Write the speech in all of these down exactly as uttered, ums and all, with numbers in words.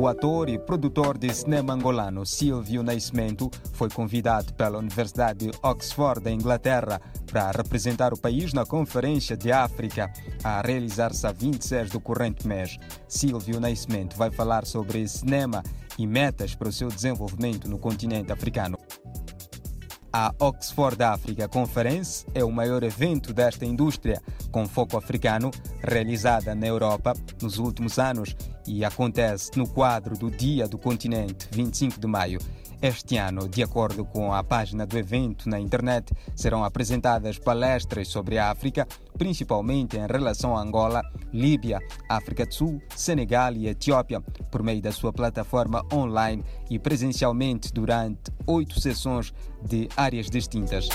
O ator e produtor de cinema angolano Silvio Nascimento foi convidado pela Universidade de Oxford, da Inglaterra, para representar o país na Conferência de África a realizar-se a vinte e seis do corrente mês. Silvio Nascimento vai falar sobre cinema e metas para o seu desenvolvimento no continente africano. A Oxford Africa Conference é o maior evento desta indústria com foco africano realizada na Europa nos últimos anos e acontece no quadro do Dia do Continente, vinte e cinco de maio. Este ano, de acordo com a página do evento na internet, serão apresentadas palestras sobre a África, principalmente em relação a Angola, Líbia, África do Sul, Senegal e Etiópia, por meio da sua plataforma online e presencialmente durante oito sessões de áreas distintas.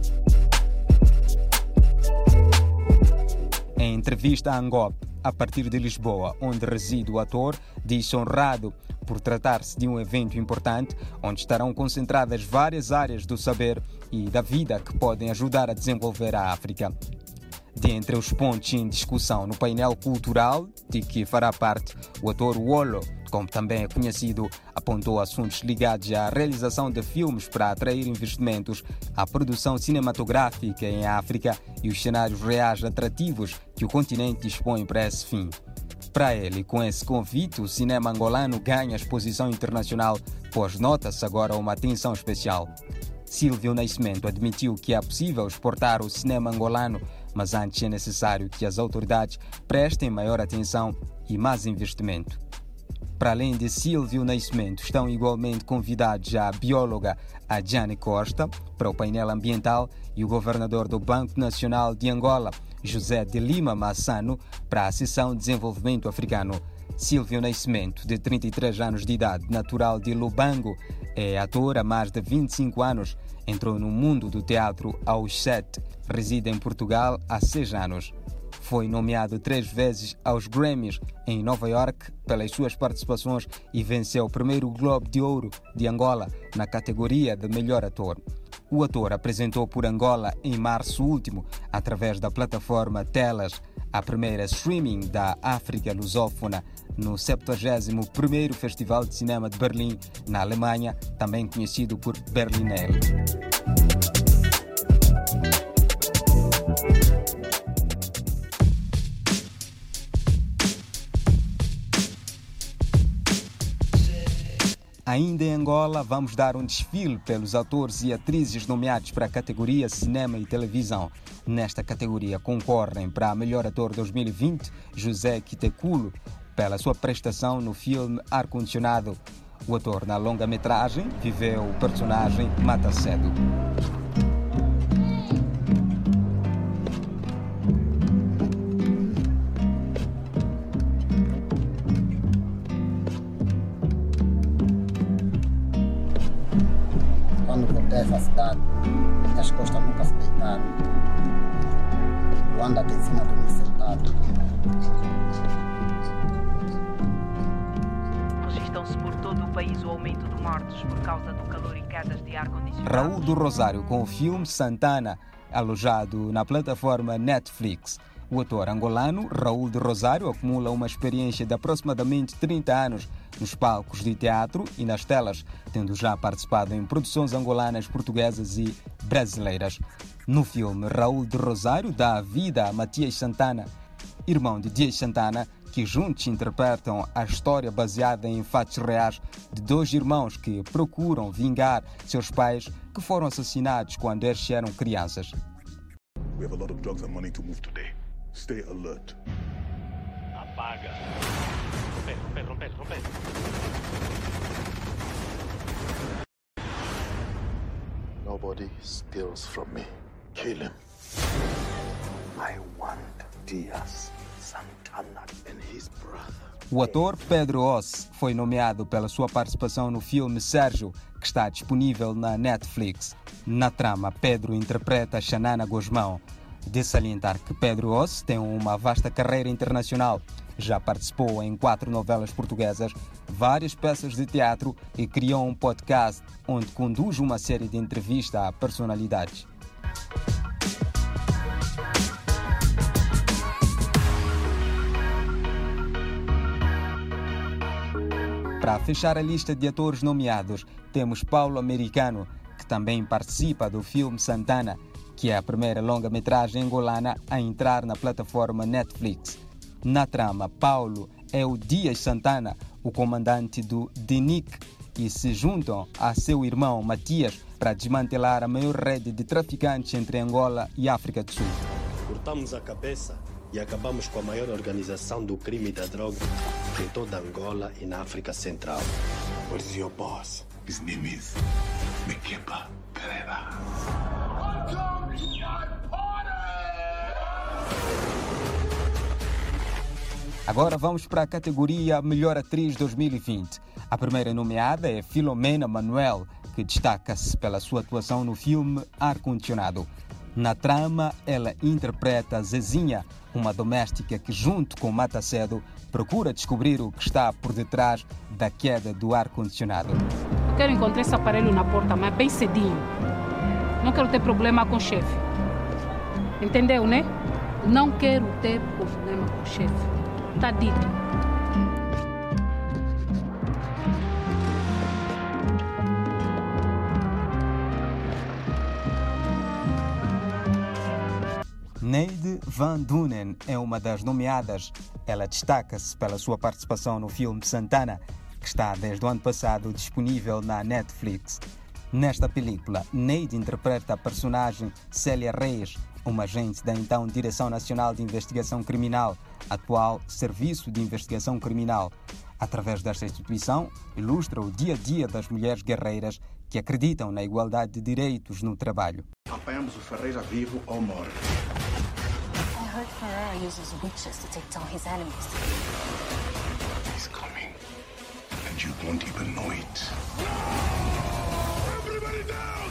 Em entrevista à Angop, a partir de Lisboa, onde reside o ator, diz honrado por tratar-se de um evento importante, onde estarão concentradas várias áreas do saber e da vida que podem ajudar a desenvolver a África. Dentre os pontos em discussão no painel cultural, de que fará parte o ator Wolo, como também é conhecido, apontou assuntos ligados à realização de filmes para atrair investimentos, à produção cinematográfica em África e os cenários reais atrativos que o continente dispõe para esse fim. Para ele, com esse convite, o cinema angolano ganha exposição internacional, pois nota-se agora uma atenção especial. Silvio Nascimento admitiu que é possível exportar o cinema angolano, mas antes é necessário que as autoridades prestem maior atenção e mais investimento. Para além de Silvio Nascimento, estão igualmente convidados a bióloga Adjane Costa para o painel ambiental e o governador do Banco Nacional de Angola, José de Lima Massano, para a sessão de desenvolvimento africano. Silvio Nascimento, de trinta e três anos de idade, natural de Lubango, é ator há mais de vinte e cinco anos. Entrou no mundo do teatro aos sete, reside em Portugal há seis anos. Foi nomeado três vezes aos Grammys em Nova York pelas suas participações e venceu o primeiro Globo de Ouro de Angola na categoria de melhor ator. O ator apresentou por Angola em março último, através da plataforma Telas, a primeira streaming da África lusófona, no septuagésimo primeiro Festival de Cinema de Berlim, na Alemanha, também conhecido por Berlinale. Ainda em Angola, vamos dar um desfile pelos atores e atrizes nomeados para a categoria Cinema e Televisão. Nesta categoria concorrem para melhor ator dois mil e vinte José Quiteculo, pela sua prestação no filme Ar-Condicionado. O ator na longa-metragem viveu o personagem Mata Cedo. Quando voltei a essa cidade, minhas costas nunca se deitaram. Luanda está em cima de mim sentado. Registram-se por todo o país o aumento de mortes por causa do calor e quedas de ar-condicionado. Raul do Rosário com o filme Santana, alojado na plataforma Netflix. O ator angolano Raul do Rosário acumula uma experiência de aproximadamente trinta anos nos palcos de teatro e nas telas, tendo já participado em produções angolanas, portuguesas e brasileiras. No filme, Raul do Rosário dá a vida a Matias Santana, irmão de Dias Santana, que juntos interpretam a história baseada em fatos reais de dois irmãos que procuram vingar seus pais que foram assassinados quando eles eram crianças. We have a lot of drugs and money to move today. Stay alert. Apaga. Romper, romper, romper, romper. Nobody steals from me. Kill him. I want Dias Santana and his brother. O ator Pedro Oss foi nomeado pela sua participação no filme Sérgio, que está disponível na Netflix. Na trama, Pedro interpreta Xanana Gosmão. De salientar que Pedro Oss tem uma vasta carreira internacional. Já participou em quatro novelas portuguesas, várias peças de teatro e criou um podcast onde conduz uma série de entrevistas a personalidades. Para fechar a lista de atores nomeados, temos Paulo Americano, que também participa do filme Santana, que é a primeira longa-metragem angolana a entrar na plataforma Netflix. Na trama, Paulo é o Dias Santana, o comandante do D N I C, e se juntam a seu irmão Matias para desmantelar a maior rede de traficantes entre Angola e África do Sul. Cortamos a cabeça e acabamos com a maior organização do crime e da droga em toda Angola e na África Central. What is your boss? His name is Mekepa Pereira. Agora vamos para a categoria Melhor Atriz dois mil e vinte. A primeira nomeada é Filomena Manuel, que destaca-se pela sua atuação no filme Ar-Condicionado. Na trama, ela interpreta Zezinha, uma doméstica que, junto com Matacedo, procura descobrir o que está por detrás da queda do ar-condicionado. Eu quero encontrar esse aparelho na porta, mas bem cedinho. Não quero ter problema com o chefe. Entendeu, né? Não quero ter problema com o chefe. Tá dito. Neide Van Dunen é uma das nomeadas. Ela destaca-se pela sua participação no filme Santana, que está desde o ano passado disponível na Netflix. Nesta película, Neide interpreta a personagem Célia Reis, uma agente da então Direção Nacional de Investigação Criminal, atual Serviço de Investigação Criminal. Através desta instituição, ilustra o dia a dia das mulheres guerreiras que acreditam na igualdade de direitos no trabalho. Apanhamos o Ferreira vivo ou morto. I heard Ferreira uses witches to take down his enemies. He's coming, and you won't even know it. Everybody down!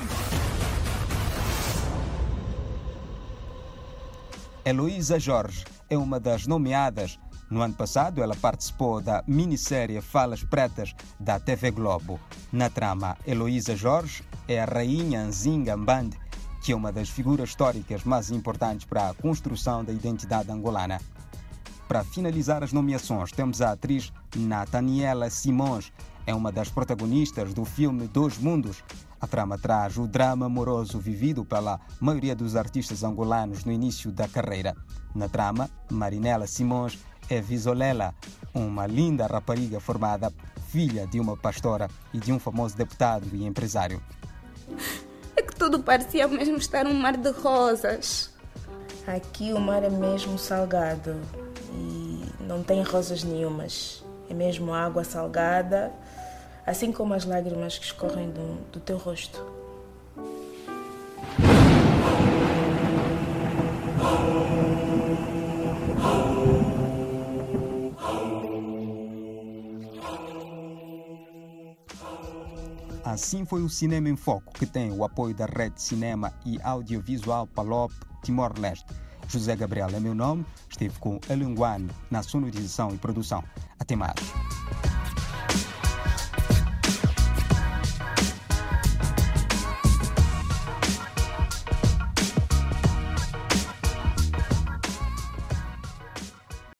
Heloísa Jorge é uma das nomeadas. No ano passado, ela participou da minissérie Falas Pretas da T V Globo. Na trama, Heloísa Jorge é a rainha Nzinga Mbande, que é uma das figuras históricas mais importantes para a construção da identidade angolana. Para finalizar as nomeações, temos a atriz Nathaniela Simões, é uma das protagonistas do filme Dois Mundos. A trama traz o drama amoroso vivido pela maioria dos artistas angolanos no início da carreira. Na trama, Marinela Simões é Visolela, uma linda rapariga formada, filha de uma pastora e de um famoso deputado e empresário. É que tudo parecia mesmo estar um mar de rosas. Aqui o mar é mesmo salgado e não tem rosas nenhumas. É mesmo água salgada, assim como as lágrimas que escorrem do, do teu rosto. Assim foi o Cinema em Foco, que tem o apoio da Rede Cinema e Audiovisual Palop Timor-Leste. José Gabriel é meu nome, estive com a Linguane na sonorização e produção. Até mais.